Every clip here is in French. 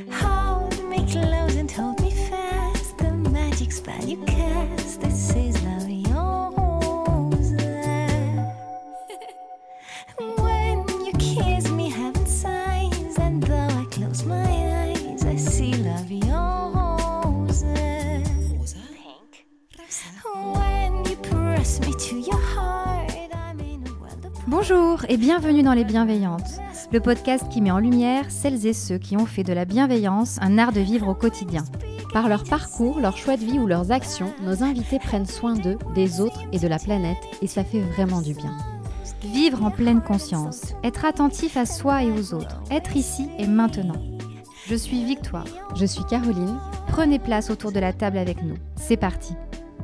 Hold me close and hold me fast. The magic spell you cast, this is la vie en rose. When you kiss me, heaven sighs, and though I close my eyes, I see la vie en rose. Pink. When you press me to your heart, I'm in a world of... Bonjour et bienvenue dans Les Bienveillantes, le podcast qui met en lumière celles et ceux qui ont fait de la bienveillance un art de vivre au quotidien. Par leur parcours, leur choix de vie ou leurs actions, nos invités prennent soin d'eux, des autres et de la planète, et ça fait vraiment du bien. Vivre en pleine conscience, être attentif à soi et aux autres, être ici et maintenant. Je suis Victoire. Je suis Caroline. Prenez place autour de la table avec nous. C'est parti.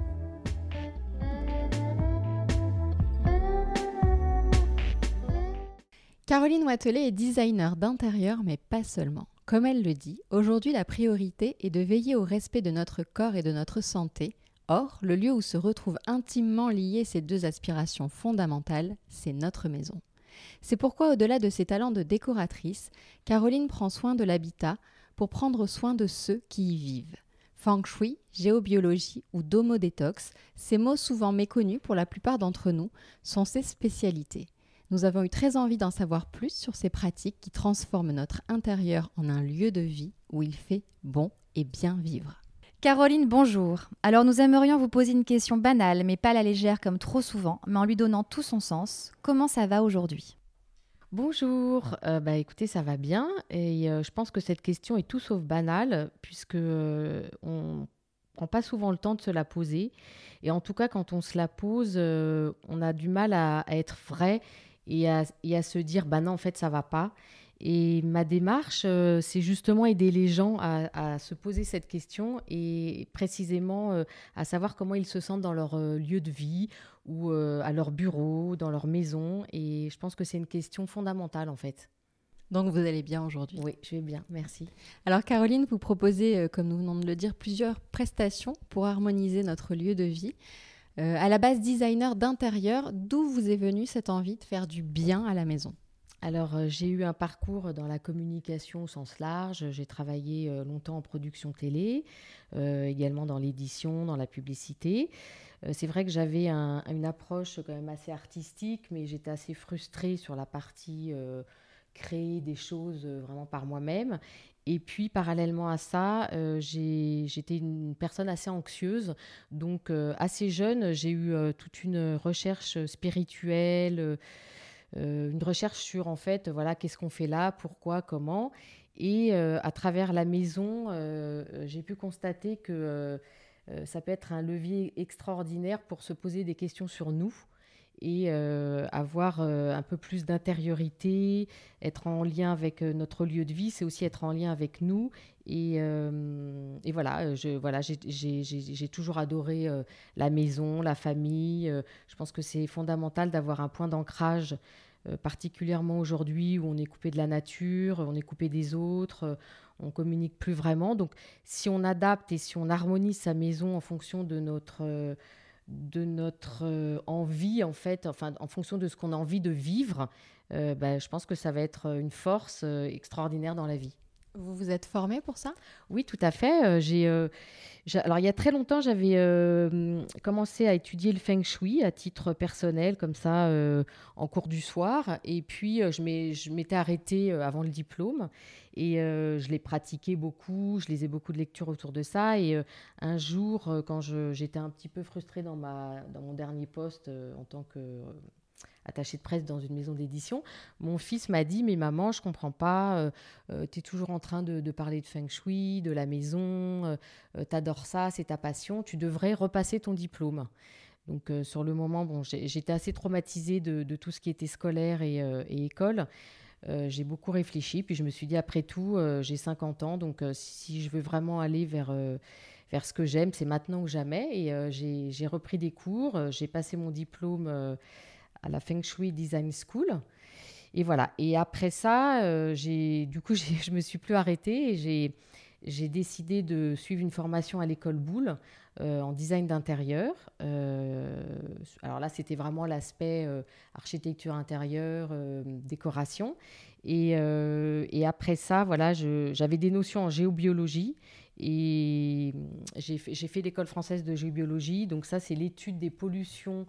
Caroline Watelet est designer d'intérieur, mais pas seulement. Comme elle le dit, aujourd'hui la priorité est de veiller au respect de notre corps et de notre santé. Or, le lieu où se retrouvent intimement liées ces deux aspirations fondamentales, c'est notre maison. C'est pourquoi, au-delà de ses talents de décoratrice, Caroline prend soin de l'habitat pour prendre soin de ceux qui y vivent. Feng Shui, géobiologie ou Domo Detox, ces mots souvent méconnus pour la plupart d'entre nous, sont ses spécialités. Nous avons eu très envie d'en savoir plus sur ces pratiques qui transforment notre intérieur en un lieu de vie où il fait bon et bien vivre. Caroline, bonjour. Alors nous aimerions vous poser une question banale, mais pas à la légère comme trop souvent, mais en lui donnant tout son sens. Comment ça va aujourd'hui ? Bonjour, écoutez, ça va bien et je pense que cette question est tout sauf banale puisque on prend pas souvent le temps de se la poser et en tout cas quand on se la pose, on a du mal à être vrai et à se dire non en fait ça va pas. Et ma démarche, c'est justement aider les gens à se poser cette question et précisément à savoir comment ils se sentent dans leur lieu de vie ou à leur bureau, dans leur maison. Et je pense que c'est une question fondamentale en fait. Donc vous allez bien aujourd'hui ? Oui, je vais bien, merci. Alors Caroline, vous proposez, comme nous venons de le dire, plusieurs prestations pour harmoniser notre lieu de vie. À la base, designer d'intérieur, d'où vous est venue cette envie de faire du bien à la maison ? Alors, j'ai eu un parcours dans la communication au sens large. J'ai travaillé longtemps en production télé, également dans l'édition, dans la publicité. C'est vrai que j'avais une approche quand même assez artistique, mais j'étais assez frustrée sur la partie créer des choses vraiment par moi-même. Et puis, parallèlement à ça, j'étais une personne assez anxieuse. Donc, assez jeune, j'ai eu toute une recherche spirituelle, une recherche sur, en fait, voilà, qu'est-ce qu'on fait là, pourquoi, comment. Et à travers la maison, j'ai pu constater que ça peut être un levier extraordinaire pour se poser des questions sur nous et avoir un peu plus d'intériorité, être en lien avec notre lieu de vie, c'est aussi être en lien avec nous. Et voilà, j'ai toujours adoré la maison, la famille. Je pense que c'est fondamental d'avoir un point d'ancrage, particulièrement aujourd'hui où on est coupé de la nature, on est coupé des autres, on communique plus vraiment. Donc, si on adapte et si on harmonise sa maison en fonction de notre envie, en fait, enfin, en fonction de ce qu'on a envie de vivre, je pense que ça va être une force extraordinaire dans la vie. Vous vous êtes formée pour ça ? Oui, tout à fait. Alors, il y a très longtemps, j'avais commencé à étudier le Feng Shui à titre personnel, comme ça, en cours du soir. Et puis, je m'étais arrêtée avant le diplôme. Et je l'ai pratiqué beaucoup. Je lisais beaucoup de lectures autour de ça. Et un jour, quand j'étais un petit peu frustrée dans mon dernier poste en tant que... attachée de presse dans une maison d'édition, mon fils m'a dit « Mais maman, je ne comprends pas, tu es toujours en train de parler de Feng Shui, de la maison, tu adores ça, c'est ta passion, tu devrais repasser ton diplôme. » Donc sur le moment, j'étais assez traumatisée de tout ce qui était scolaire et école. J'ai beaucoup réfléchi, puis je me suis dit « Après tout, j'ai 50 ans, donc si je veux vraiment aller vers ce que j'aime, c'est maintenant ou jamais. » Et j'ai repris des cours, j'ai passé mon diplôme à la Feng Shui Design School. Et voilà. Et après ça, je me suis plus arrêtée et j'ai décidé de suivre une formation à l'école Boulle en design d'intérieur. Alors là, c'était vraiment l'aspect architecture intérieure, décoration. Et après ça, voilà, j'avais des notions en géobiologie. Et j'ai fait l'école française de géobiologie. Donc ça, c'est l'étude des pollutions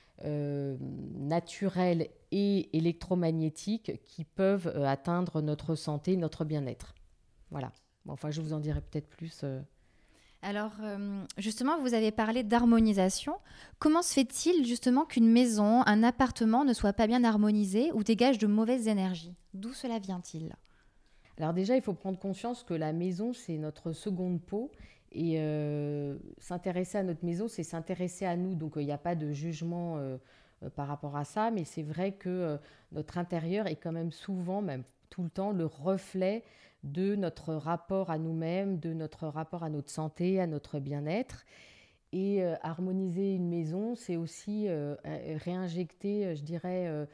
naturelles et électromagnétiques qui peuvent atteindre notre santé, notre bien-être. Voilà. Bon, enfin, je vous en dirai peut-être plus. Alors, justement, vous avez parlé d'harmonisation. Comment se fait-il, justement, qu'une maison, un appartement ne soit pas bien harmonisé ou dégage de mauvaises énergies ? D'où cela vient-il ? Alors déjà, il faut prendre conscience que la maison, c'est notre seconde peau. Et s'intéresser à notre maison, c'est s'intéresser à nous. Donc, il n'y a pas de jugement par rapport à ça. Mais c'est vrai que notre intérieur est quand même souvent, même tout le temps, le reflet de notre rapport à nous-mêmes, de notre rapport à notre santé, à notre bien-être. Et harmoniser une maison, c'est aussi réinjecter, je dirais,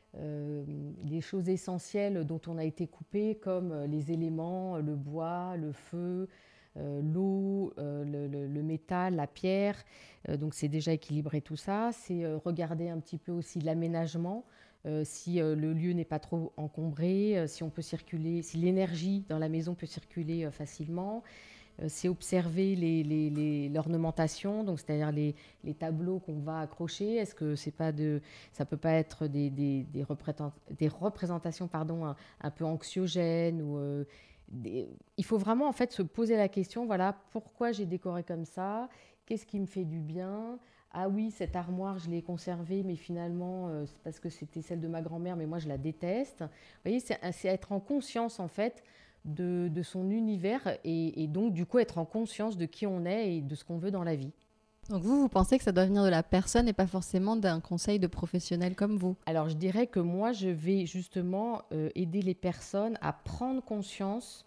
les choses essentielles dont on a été coupé, comme les éléments, le bois, le feu, l'eau, le métal, la pierre. Donc c'est déjà équilibré tout ça. C'est regarder un petit peu aussi l'aménagement. Si le lieu n'est pas trop encombré, si on peut circuler, si l'énergie dans la maison peut circuler facilement. C'est observer l'ornementation, donc c'est-à-dire les tableaux qu'on va accrocher. Est-ce que ça peut pas être des représentations un peu anxiogènes ou il faut vraiment en fait se poser la question, voilà, pourquoi j'ai décoré comme ça, qu'est-ce qui me fait du bien. Ah oui, cette armoire, je l'ai conservée, mais finalement, c'est parce que c'était celle de ma grand-mère, mais moi, je la déteste. Vous voyez, c'est être en conscience, en fait, de son univers et donc, du coup, être en conscience de qui on est et de ce qu'on veut dans la vie. Donc vous pensez que ça doit venir de la personne et pas forcément d'un conseil de professionnels comme vous ? Alors, je dirais que moi, je vais justement aider les personnes à prendre conscience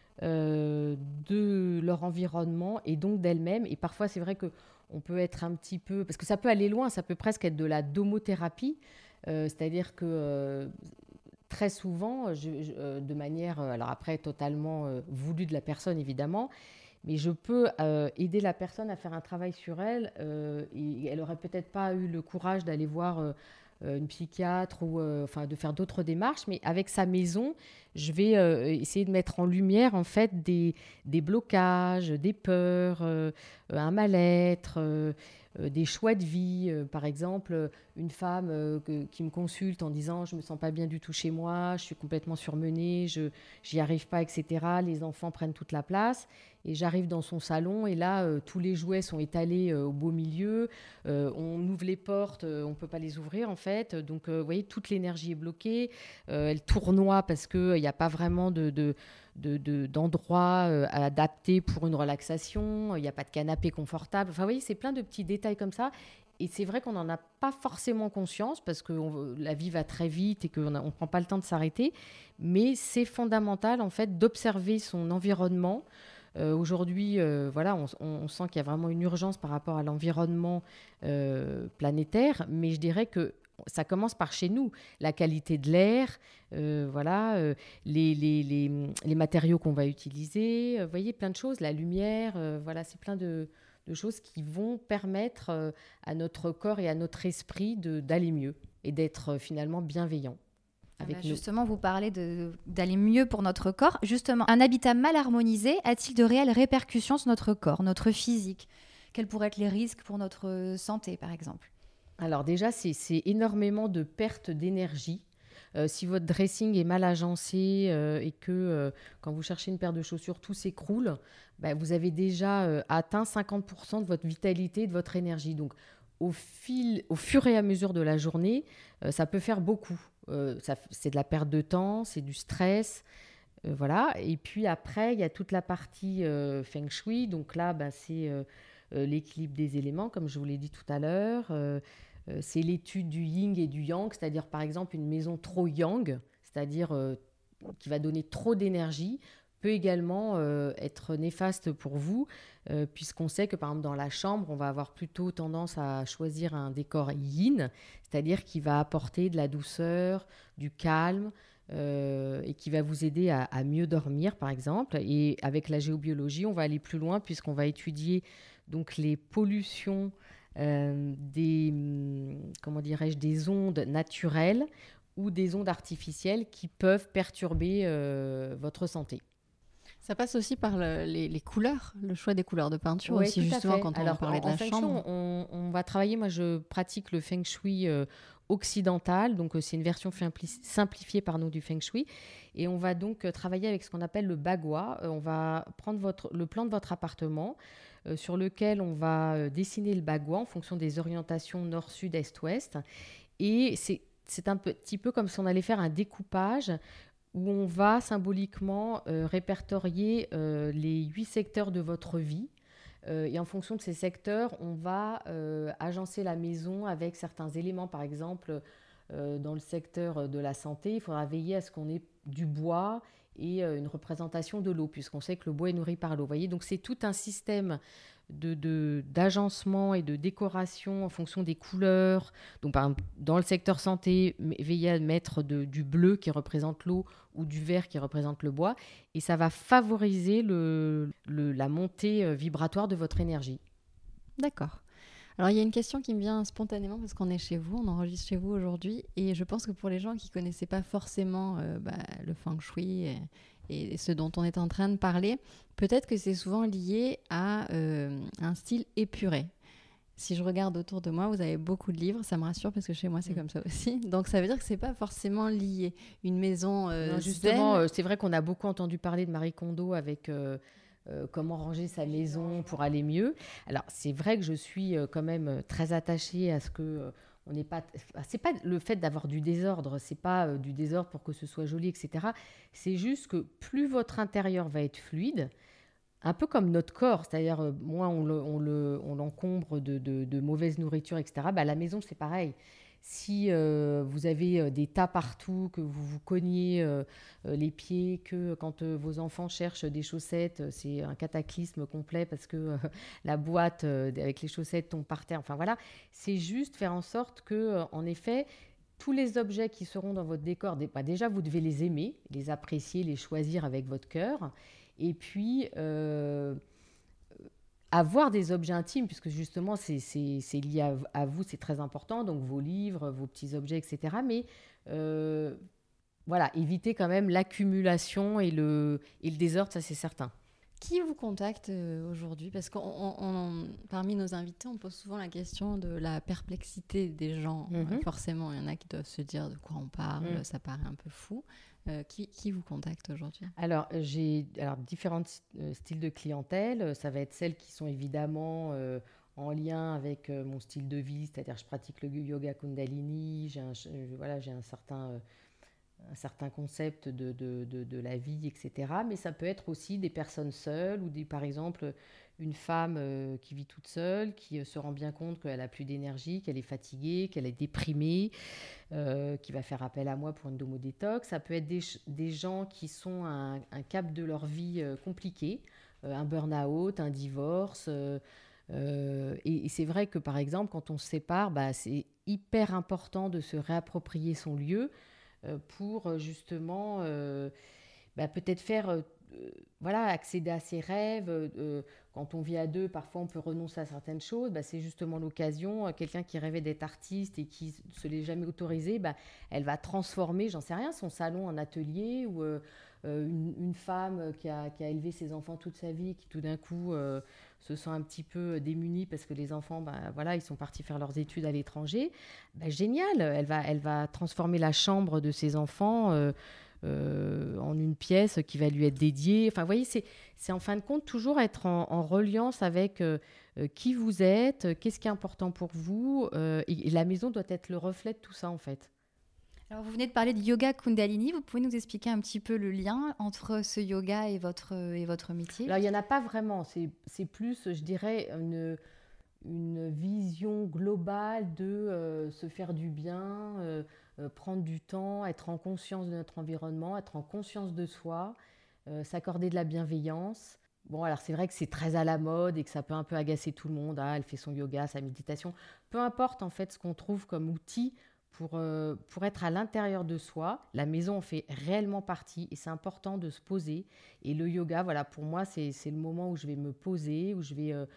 de leur environnement et donc d'elles-mêmes. Et parfois, c'est vrai qu'on peut être un petit peu... Parce que ça peut aller loin, ça peut presque être de la domothérapie. C'est-à-dire que très souvent, de manière, alors après, totalement voulue de la personne, évidemment, mais je peux aider la personne à faire un travail sur elle. Et elle n'aurait peut-être pas eu le courage d'aller voir une psychiatre ou de faire d'autres démarches, mais avec sa maison, je vais essayer de mettre en lumière en fait des blocages, des peurs, un mal-être, des choix de vie. Par exemple, une femme qui me consulte en disant « je ne me sens pas bien du tout chez moi, je suis complètement surmenée, j'y arrive pas, etc. Les enfants prennent toute la place. » Et j'arrive dans son salon et là, tous les jouets sont étalés au beau milieu. On ouvre les portes, on ne peut pas les ouvrir en fait. Donc, vous voyez, toute l'énergie est bloquée. Elle tournoie parce qu'il n'y a pas vraiment d'endroit adapté pour une relaxation. Il n'y a pas de canapé confortable. Enfin, vous voyez, c'est plein de petits détails comme ça. Et c'est vrai qu'on n'en a pas forcément conscience parce que la vie va très vite et qu'on ne prend pas le temps de s'arrêter. Mais c'est fondamental en fait d'observer son environnement. Aujourd'hui, voilà, on sent qu'il y a vraiment une urgence par rapport à l'environnement planétaire, mais je dirais que ça commence par chez nous. La qualité de l'air, voilà, les matériaux qu'on va utiliser, vous voyez, plein de choses, la lumière, voilà, c'est plein de choses qui vont permettre à notre corps et à notre esprit d'aller mieux et d'être finalement bienveillant. Justement, vous parlez d'aller mieux pour notre corps. Justement, un habitat mal harmonisé a-t-il de réelles répercussions sur notre corps, notre physique ? Quels pourraient être les risques pour notre santé, par exemple ? Alors déjà, c'est énormément de perte d'énergie. Si votre dressing est mal agencé et que quand vous cherchez une paire de chaussures, tout s'écroule, vous avez déjà atteint 50% de votre vitalité, de votre énergie. Donc, au fur et à mesure de la journée, ça peut faire beaucoup. C'est de la perte de temps, c'est du stress, voilà. Et puis après, il y a toute la partie feng shui. Donc là, c'est l'équilibre des éléments, comme je vous l'ai dit tout à l'heure. C'est l'étude du yin et du yang, c'est-à-dire par exemple une maison trop yang, c'est-à-dire qui va donner trop d'énergie, peut également être néfaste pour vous, puisqu'on sait que par exemple dans la chambre, on va avoir plutôt tendance à choisir un décor yin, c'est-à-dire qui va apporter de la douceur, du calme, et qui va vous aider à mieux dormir par exemple. Et avec la géobiologie, on va aller plus loin puisqu'on va étudier donc les pollutions des ondes naturelles ou des ondes artificielles qui peuvent perturber votre santé. Ça passe aussi par les couleurs, le choix des couleurs de peinture Oui, aussi, justement, quand on parlait de la chambre. On va travailler, moi je pratique le Feng Shui occidental, donc c'est une version simplifiée du Feng Shui, et on va donc travailler avec ce qu'on appelle le bagua. On va prendre le plan de votre appartement, sur lequel on va dessiner le bagua en fonction des orientations nord, sud, est, ouest, et c'est un petit peu comme si on allait faire un découpage où on va symboliquement répertorier les 8 secteurs de votre vie. Et en fonction de ces secteurs, on va agencer la maison avec certains éléments. Par exemple, dans le secteur de la santé, il faudra veiller à ce qu'on ait du bois et une représentation de l'eau, puisqu'on sait que le bois est nourri par l'eau. Vous voyez, donc c'est tout un système d'agencement et de décoration en fonction des couleurs. Donc, par exemple, dans le secteur santé, veillez à mettre du bleu qui représente l'eau ou du vert qui représente le bois. Et ça va favoriser la montée vibratoire de votre énergie. D'accord. Alors, il y a une question qui me vient spontanément parce qu'on est chez vous, on enregistre chez vous aujourd'hui. Et je pense que pour les gens qui ne connaissaient pas forcément le Feng Shui et ce dont on est en train de parler, peut-être que c'est souvent lié à un style épuré. Si je regarde autour de moi, vous avez beaucoup de livres, ça me rassure parce que chez moi c'est comme ça aussi. Donc ça veut dire que c'est pas forcément lié. Une maison non, justement, c'est vrai qu'on a beaucoup entendu parler de Marie Kondo avec comment ranger sa maison pour aller mieux. Alors c'est vrai que je suis quand même très attachée à ce que on n'est pas. C'est pas le fait d'avoir du désordre, c'est pas du désordre pour que ce soit joli, etc. C'est juste que plus votre intérieur va être fluide. Un peu comme notre corps, c'est-à-dire moins on l'encombre de mauvaise nourriture, etc. La maison, c'est pareil. Si vous avez des tas partout, que vous vous cognez les pieds, que quand vos enfants cherchent des chaussettes, c'est un cataclysme complet parce que la boîte avec les chaussettes tombe par terre. Enfin voilà, c'est juste faire en sorte que, en effet, tous les objets qui seront dans votre décor, déjà vous devez les aimer, les apprécier, les choisir avec votre cœur. Et puis, avoir des objets intimes, puisque justement, c'est lié à vous, c'est très important, donc vos livres, vos petits objets, etc. Mais voilà, évitez quand même l'accumulation et le désordre, ça c'est certain. Qui vous contacte aujourd'hui? Parce que parmi nos invités, on pose souvent la question de la perplexité des gens. Forcément, il y en a qui doivent se dire de quoi on parle, ça paraît un peu fou. Qui vous contacte aujourd'hui? Alors, j'ai différents styles de clientèle. Ça va être celles qui sont évidemment en lien avec mon style de vie, c'est-à-dire je pratique le yoga Kundalini, j'ai un certain concept de la vie, etc. Mais ça peut être aussi des personnes seules ou par exemple une femme qui vit toute seule, qui se rend bien compte qu'elle n'a plus d'énergie, qu'elle est fatiguée, qu'elle est déprimée, qui va faire appel à moi pour une domodétox. Ça peut être des gens qui sont à un cap de leur vie compliqué, un burn-out, un divorce. Et c'est vrai que par exemple, quand on se sépare, c'est hyper important de se réapproprier son lieu pour justement peut-être faire accéder à ses rêves. Quand on vit à deux, parfois on peut renoncer à certaines choses. C'est justement l'occasion. Quelqu'un qui rêvait d'être artiste et qui ne se l'est jamais autorisé, elle va transformer, j'en sais rien, son salon en atelier, ou une femme qui a élevé ses enfants toute sa vie, qui tout d'un coup se sent un petit peu démunie parce que les enfants, ils sont partis faire leurs études à l'étranger. Génial, elle va transformer la chambre de ses enfants en une pièce qui va lui être dédiée. Enfin, vous voyez, c'est en fin de compte toujours être en reliance avec qui vous êtes, qu'est-ce qui est important pour vous. Et la maison doit être le reflet de tout ça, en fait. Alors, vous venez de parler de yoga Kundalini. Vous pouvez nous expliquer un petit peu le lien entre ce yoga et votre métier? Alors, il n'y en a pas vraiment. C'est plus, je dirais, une vision globale de se faire du bien, prendre du temps, être en conscience de notre environnement, être en conscience de soi, s'accorder de la bienveillance. Bon, alors c'est vrai que c'est très à la mode et que ça peut un peu agacer tout le monde. Ah, elle fait son yoga, sa méditation. Peu importe en fait ce qu'on trouve comme outil pour être à l'intérieur de soi. La maison en fait réellement partie et c'est important de se poser. Et le yoga, voilà, pour moi, c'est le moment où je vais me poser, où je vais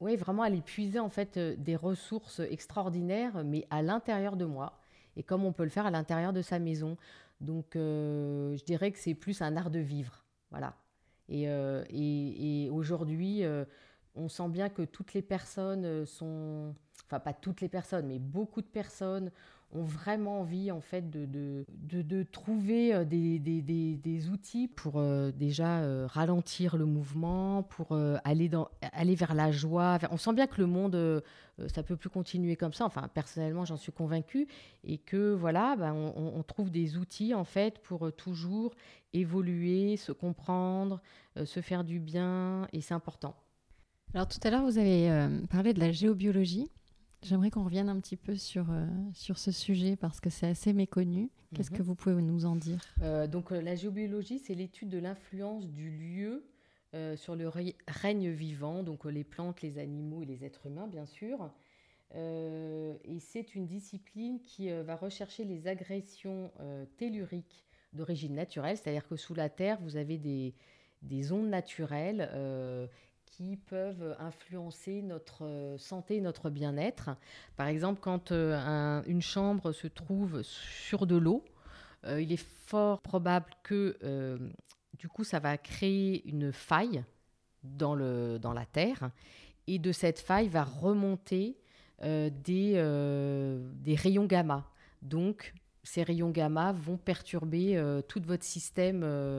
Oui, vraiment aller puiser en fait des ressources extraordinaires, mais à l'intérieur de moi, et comme on peut le faire à l'intérieur de sa maison. Donc, je dirais que c'est plus un art de vivre, voilà. Et aujourd'hui, on sent bien que toutes les personnes sont, enfin pas toutes les personnes, mais beaucoup de personnes ont vraiment envie en fait de trouver des outils pour déjà ralentir le mouvement, pour aller vers la joie. On sent bien que le monde, ça peut plus continuer comme ça. Enfin, personnellement, j'en suis convaincue. Et que voilà, on trouve des outils en fait pour toujours évoluer, se comprendre, se faire du bien. Et c'est important. Alors tout à l'heure, vous avez parlé de la géobiologie. J'aimerais qu'on revienne un petit peu sur ce sujet parce que c'est assez méconnu. Qu'est-ce que vous pouvez nous en dire ? Donc la géobiologie, c'est l'étude de l'influence du lieu sur le règne vivant, donc les plantes, les animaux et les êtres humains, bien sûr. Et c'est une discipline qui va rechercher les agressions telluriques d'origine naturelle, c'est-à-dire que sous la Terre, vous avez des ondes naturelles qui peuvent influencer notre santé, notre bien-être. Par exemple, quand une chambre se trouve sur de l'eau, il est fort probable que du coup, ça va créer une faille dans la terre, et de cette faille va remonter des rayons gamma. Donc, ces rayons gamma vont perturber tout votre système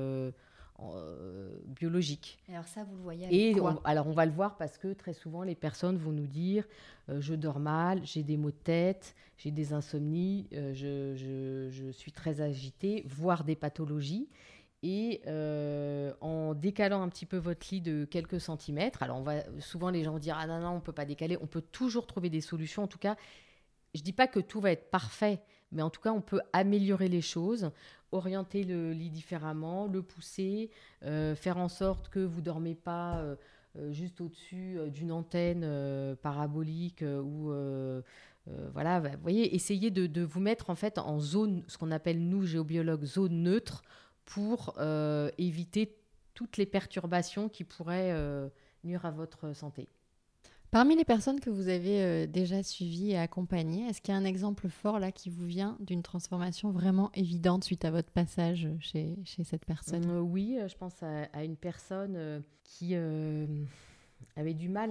biologique. Alors ça, vous le voyez avec quoi ? Alors on va le voir parce que très souvent les personnes vont nous dire je dors mal, j'ai des maux de tête, j'ai des insomnies, je suis très agitée, voire des pathologies. Et en décalant un petit peu votre lit de quelques centimètres, alors souvent les gens vont dire ah non, on ne peut pas décaler, on peut toujours trouver des solutions. En tout cas, je ne dis pas que tout va être parfait, mais en tout cas, on peut améliorer les choses, orienter le lit différemment, le pousser, faire en sorte que vous ne dormez pas juste au-dessus d'une antenne parabolique ou voilà, vous voyez, essayez de vous mettre en fait en zone, ce qu'on appelle nous géobiologues, zone neutre, pour éviter toutes les perturbations qui pourraient nuire à votre santé. Parmi les personnes que vous avez déjà suivies et accompagnées, est-ce qu'il y a un exemple fort là qui vous vient d'une transformation vraiment évidente suite à votre passage chez cette personne ? Oui, je pense à une personne qui avait du mal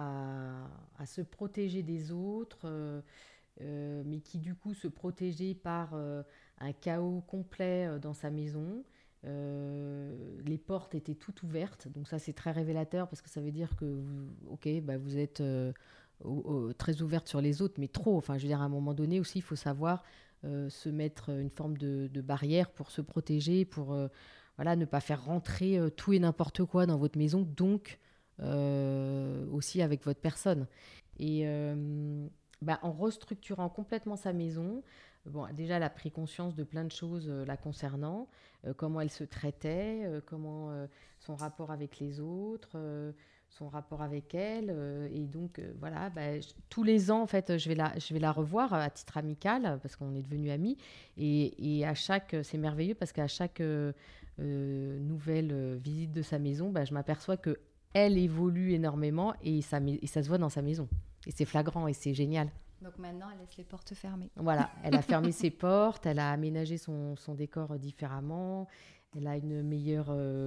à se protéger des autres, mais qui du coup se protégeait par un chaos complet dans sa maison. Les portes étaient toutes ouvertes, donc ça c'est très révélateur parce que ça veut dire que vous êtes très ouverte sur les autres, mais trop. Enfin, je veux dire, à un moment donné aussi, il faut savoir se mettre une forme de barrière pour se protéger, pour ne pas faire rentrer tout et n'importe quoi dans votre maison, donc aussi avec votre personne. Et en restructurant complètement sa maison, déjà, elle a pris conscience de plein de choses la concernant, comment elle se traitait, comment son rapport avec les autres, son rapport avec elle. Et donc, tous les ans, en fait, je vais la revoir à titre amical, parce qu'on est devenus amis. Et c'est merveilleux, parce qu'à chaque nouvelle visite de sa maison, je m'aperçois qu'elle évolue énormément et ça se voit dans sa maison. Et c'est flagrant et c'est génial. Donc maintenant, elle laisse les portes fermées. Voilà, elle a fermé ses portes, elle a aménagé son décor différemment, elle a une meilleure...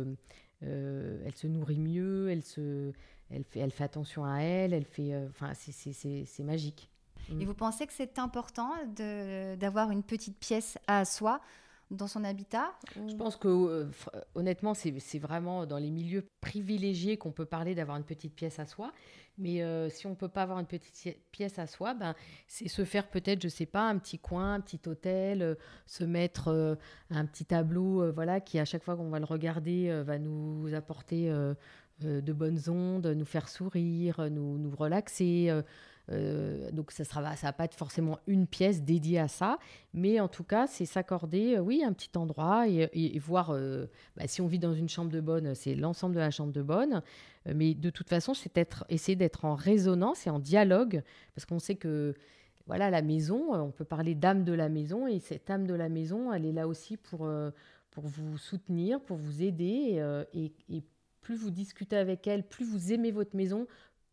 elle se nourrit mieux, elle fait attention à elle fait... c'est magique. Et vous pensez que c'est important d'avoir une petite pièce à soi dans son habitat ou... Je pense que, honnêtement, c'est vraiment dans les milieux privilégiés qu'on peut parler d'avoir une petite pièce à soi. Mais si on ne peut pas avoir une petite pièce à soi, c'est se faire peut-être, je ne sais pas, un petit coin, un petit hôtel, se mettre un petit tableau qui, à chaque fois qu'on va le regarder, va nous apporter de bonnes ondes, nous faire sourire, nous relaxer. Donc ça va pas être forcément une pièce dédiée à ça, mais en tout cas c'est s'accorder un petit endroit et voir si on vit dans une chambre de bonne, c'est l'ensemble de la chambre de bonne, mais de toute façon c'est essayer d'être en résonance et en dialogue, parce qu'on sait que la maison, on peut parler d'âme de la maison, et cette âme de la maison, elle est là aussi pour vous soutenir, pour vous aider, et plus vous discutez avec elle, plus vous aimez votre maison,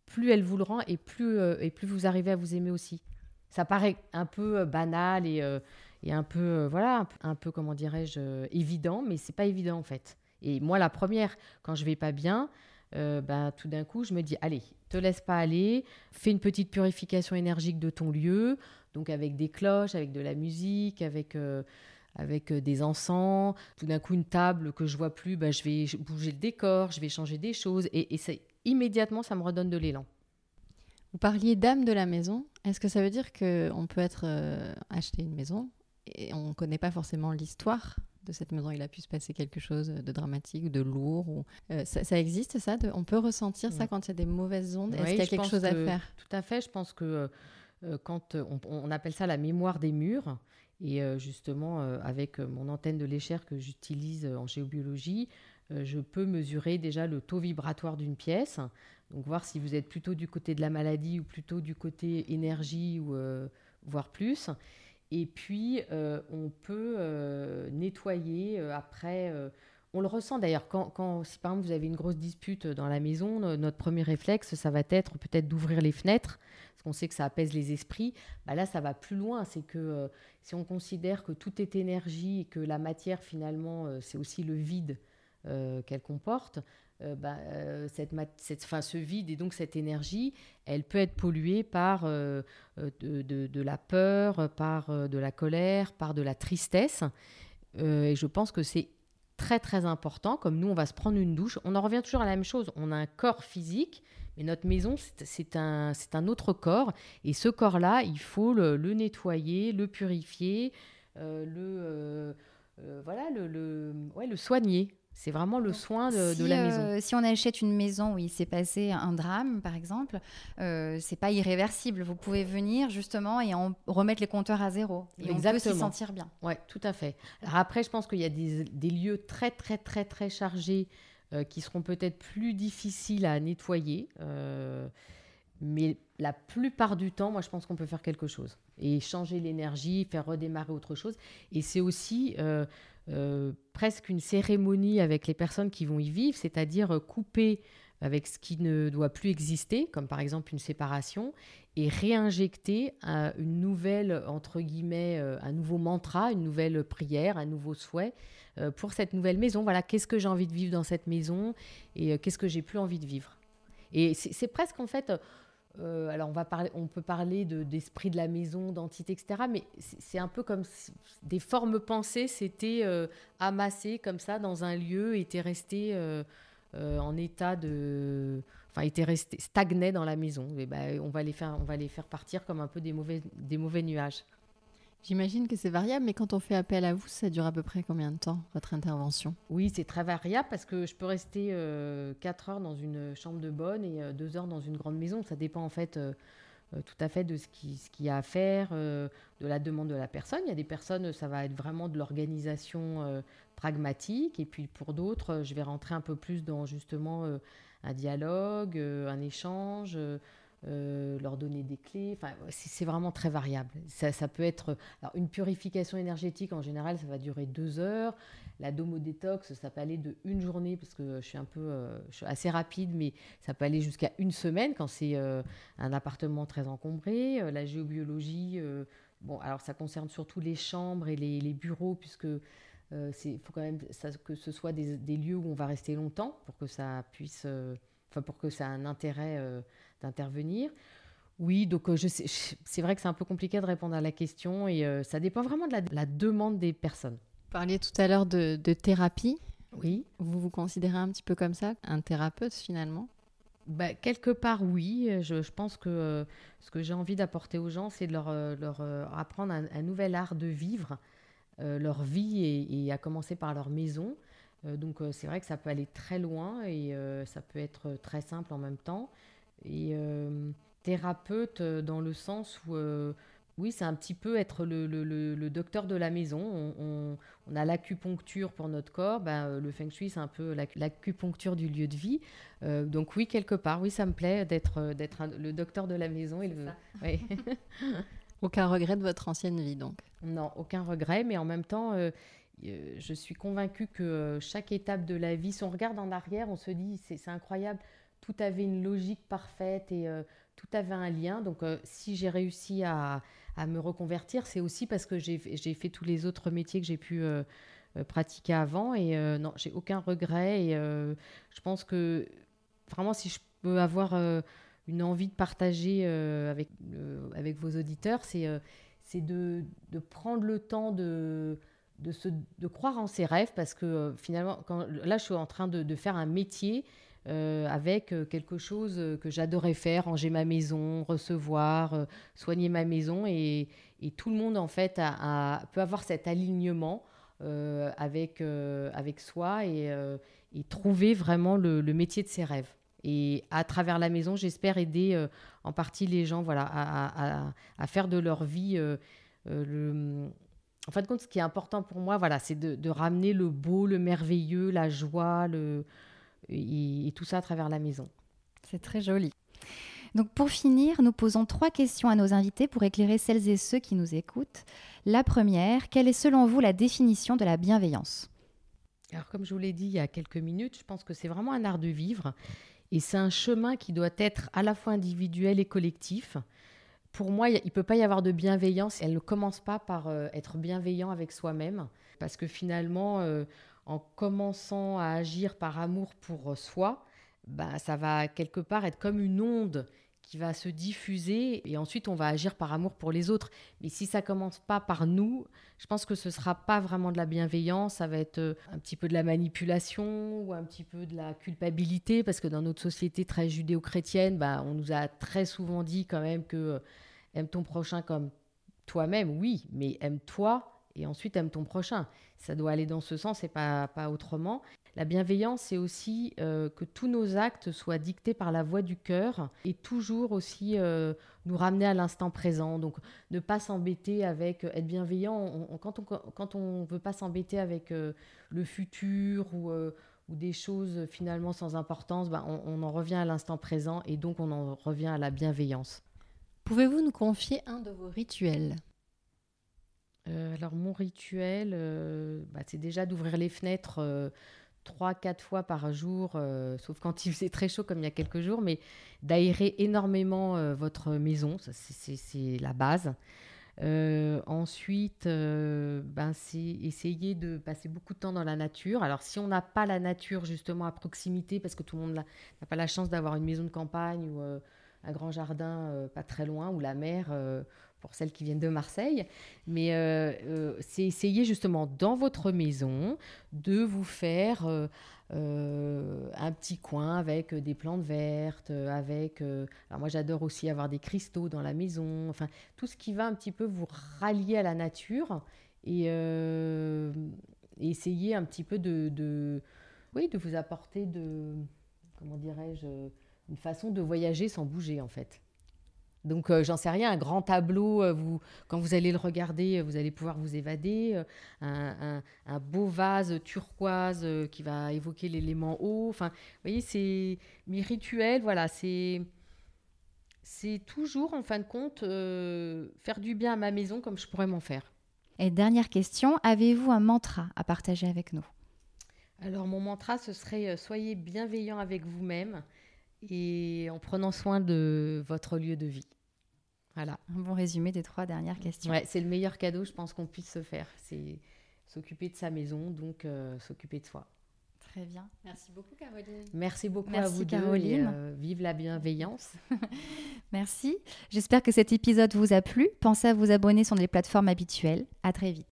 plus elle vous le rend et plus vous arrivez à vous aimer aussi. Ça paraît un peu banal et un peu, un peu, comment dirais-je, évident, mais c'est pas évident en fait. Et moi, la première, quand je vais pas bien, tout d'un coup, je me dis, allez, te laisse pas aller, fais une petite purification énergique de ton lieu, donc avec des cloches, avec de la musique, avec des encens. Tout d'un coup, une table que je vois plus, je vais bouger le décor, je vais changer des choses, et immédiatement, ça me redonne de l'élan. Vous parliez d'âme de la maison. Est-ce que ça veut dire qu'on peut acheter une maison et on ne connaît pas forcément l'histoire de cette maison? Il a pu se passer quelque chose de dramatique ou de lourd. Ça existe, ça on peut ressentir ça quand il y a des mauvaises ondes? Est-ce qu'il y a quelque chose à faire? Tout à fait. Je pense que quand on appelle ça la mémoire des murs, et justement, avec mon antenne de l'échelle que j'utilise en géobiologie, je peux mesurer déjà le taux vibratoire d'une pièce. Donc, voir si vous êtes plutôt du côté de la maladie ou plutôt du côté énergie, ou voire plus. Et puis, on peut nettoyer après. On le ressent d'ailleurs. Si par exemple, vous avez une grosse dispute dans la maison, notre premier réflexe, ça va être peut-être d'ouvrir les fenêtres, parce qu'on sait que ça apaise les esprits. Là, ça va plus loin. C'est que si on considère que tout est énergie et que la matière, finalement, c'est aussi le vide qu'elle comporte, ce vide et donc cette énergie, elle peut être polluée par de la peur, par de la colère, par de la tristesse. Et je pense que c'est très très important. Comme nous, on va se prendre une douche, on en revient toujours à la même chose. On a un corps physique, mais notre maison, c'est un autre corps. Et ce corps-là, il faut le nettoyer, le purifier, le soigner. C'est vraiment le soin de la maison. Si on achète une maison où il s'est passé un drame, par exemple, c'est pas irréversible. Vous pouvez venir justement et remettre les compteurs à zéro. Et Exactement. On peut s'y sentir bien. Oui, tout à fait. Alors après, je pense qu'il y a des lieux très, très, très, très chargés qui seront peut-être plus difficiles à nettoyer. Mais la plupart du temps, moi, je pense qu'on peut faire quelque chose. Et changer l'énergie, faire redémarrer autre chose. Et c'est aussi presque une cérémonie avec les personnes qui vont y vivre, c'est-à-dire couper avec ce qui ne doit plus exister, comme par exemple une séparation, et réinjecter une nouvelle, entre guillemets, un nouveau mantra, une nouvelle prière, un nouveau souhait pour cette nouvelle maison. Voilà, qu'est-ce que j'ai envie de vivre dans cette maison et qu'est-ce que j'ai plus envie de vivre. Et c'est presque en fait... alors on peut parler d'esprit de la maison, d'entité, etc. Mais c'est un peu comme si des formes pensées s'étaient amassées comme ça dans un lieu, étaient restées en état de... Enfin, étaient restées, stagnaient dans la maison. Et on va les faire partir comme un peu des mauvais nuages. J'imagine que c'est variable, mais quand on fait appel à vous, ça dure à peu près combien de temps, votre intervention? Oui, c'est très variable parce que je peux rester 4 heures dans une chambre de bonne et 2 heures dans une grande maison. Ça dépend en fait tout à fait de ce qu'il y a à faire, de la demande de la personne. Il y a des personnes, ça va être vraiment de l'organisation pragmatique. Et puis pour d'autres, je vais rentrer un peu plus dans justement un dialogue, un échange, leur donner des clés. Enfin, c'est vraiment très variable. Ça peut être... Alors, une purification énergétique, en général, ça va durer 2 heures. La domodétox, ça peut aller de 1 journée, parce que je suis assez rapide, mais ça peut aller jusqu'à 1 semaine quand c'est un appartement très encombré. La géobiologie, alors ça concerne surtout les chambres et les bureaux, puisque il faut quand même que ce soit des lieux où on va rester longtemps pour que ça puisse... pour que ça ait un intérêt d'intervenir. Oui, donc c'est vrai que c'est un peu compliqué de répondre à la question et ça dépend vraiment de la demande des personnes. Vous parliez tout à l'heure de thérapie. Oui. Vous vous considérez un petit peu comme ça, un thérapeute finalement? Quelque part, oui. Je pense que ce que j'ai envie d'apporter aux gens, c'est de leur apprendre un nouvel art de vivre leur vie et à commencer par leur maison. Donc c'est vrai que ça peut aller très loin et ça peut être très simple en même temps. Et thérapeute dans le sens où oui, c'est un petit peu être le docteur de la maison. On a l'acupuncture pour notre corps, le feng shui c'est un peu l'acupuncture du lieu de vie. Donc oui, quelque part, oui, ça me plaît d'être le docteur de la maison. Oui. Aucun regret de votre ancienne vie donc? Non, aucun regret, mais en même temps... je suis convaincue que chaque étape de la vie, si on regarde en arrière, on se dit c'est incroyable, tout avait une logique parfaite et tout avait un lien. Donc, si j'ai réussi à me reconvertir, c'est aussi parce que j'ai fait tous les autres métiers que j'ai pu pratiquer avant. Et non, j'ai aucun regret. Et je pense que vraiment, si je peux avoir une envie de partager avec vos auditeurs, c'est de prendre le temps de croire en ses rêves, parce que finalement, là, je suis en train de faire un métier avec quelque chose que j'adorais faire, ranger ma maison, recevoir, soigner ma maison, et tout le monde, en fait, peut avoir cet alignement avec soi et trouver vraiment le métier de ses rêves. Et à travers la maison, j'espère aider en partie les gens, voilà, à faire de leur vie en fin de compte, ce qui est important pour moi, voilà, c'est de ramener le beau, le merveilleux, la joie, et tout ça à travers la maison. C'est très joli. Donc pour finir, nous posons 3 questions à nos invités pour éclairer celles et ceux qui nous écoutent. La première, quelle est selon vous la définition de la bienveillance ? Alors, comme je vous l'ai dit il y a quelques minutes, je pense que c'est vraiment un art de vivre, et c'est un chemin qui doit être à la fois individuel et collectif. Pour moi, il ne peut pas y avoir de bienveillance. Elle ne commence pas par être bienveillant avec soi-même, parce que finalement, en commençant à agir par amour pour soi, ça va quelque part être comme une onde qui va se diffuser, et ensuite on va agir par amour pour les autres. Mais si ça ne commence pas par nous, je pense que ce ne sera pas vraiment de la bienveillance, ça va être un petit peu de la manipulation ou un petit peu de la culpabilité, parce que dans notre société très judéo-chrétienne, on nous a très souvent dit quand même que aime ton prochain comme toi-même, oui, mais aime-toi et ensuite aime ton prochain. Ça doit aller dans ce sens et pas autrement. La bienveillance, c'est aussi que tous nos actes soient dictés par la voix du cœur, et toujours aussi nous ramener à l'instant présent. Donc, ne pas s'embêter avec être bienveillant. Quand on veut pas s'embêter avec le futur ou des choses finalement sans importance, on en revient à l'instant présent, et donc on en revient à la bienveillance. Pouvez-vous nous confier un de vos rituels ? Alors, mon rituel, c'est déjà d'ouvrir les fenêtres 3-4 fois par jour, sauf quand il faisait très chaud comme il y a quelques jours, mais d'aérer énormément votre maison, ça, c'est la base. Ensuite, c'est essayer de passer beaucoup de temps dans la nature. Alors, si on n'a pas la nature justement à proximité, parce que tout le monde n'a pas la chance d'avoir une maison de campagne ou un grand jardin pas très loin, ou la mer pour celles qui viennent de Marseille, mais c'est essayer justement dans votre maison de vous faire un petit coin avec des plantes vertes, alors moi j'adore aussi avoir des cristaux dans la maison, enfin tout ce qui va un petit peu vous rallier à la nature, et essayer un petit peu de vous apporter comment dirais-je, une façon de voyager sans bouger en fait. Donc, j'en sais rien, un grand tableau, quand vous allez le regarder, vous allez pouvoir vous évader. Un beau vase turquoise qui va évoquer l'élément eau. Enfin, vous voyez, c'est mes rituels, voilà, c'est toujours, en fin de compte, faire du bien à ma maison comme je pourrais m'en faire. Et dernière question, avez-vous un mantra à partager avec nous ? Alors, mon mantra, ce serait soyez bienveillant avec vous-même et en prenant soin de votre lieu de vie. Voilà. Un bon résumé des 3 dernières questions. Ouais, c'est le meilleur cadeau, je pense, qu'on puisse se faire. C'est s'occuper de sa maison, donc s'occuper de soi. Très bien. Merci beaucoup, Caroline. Merci beaucoup Merci, à vous Caroline. deux, et vive la bienveillance. Merci. J'espère que cet épisode vous a plu. Pensez à vous abonner sur les plateformes habituelles. À très vite.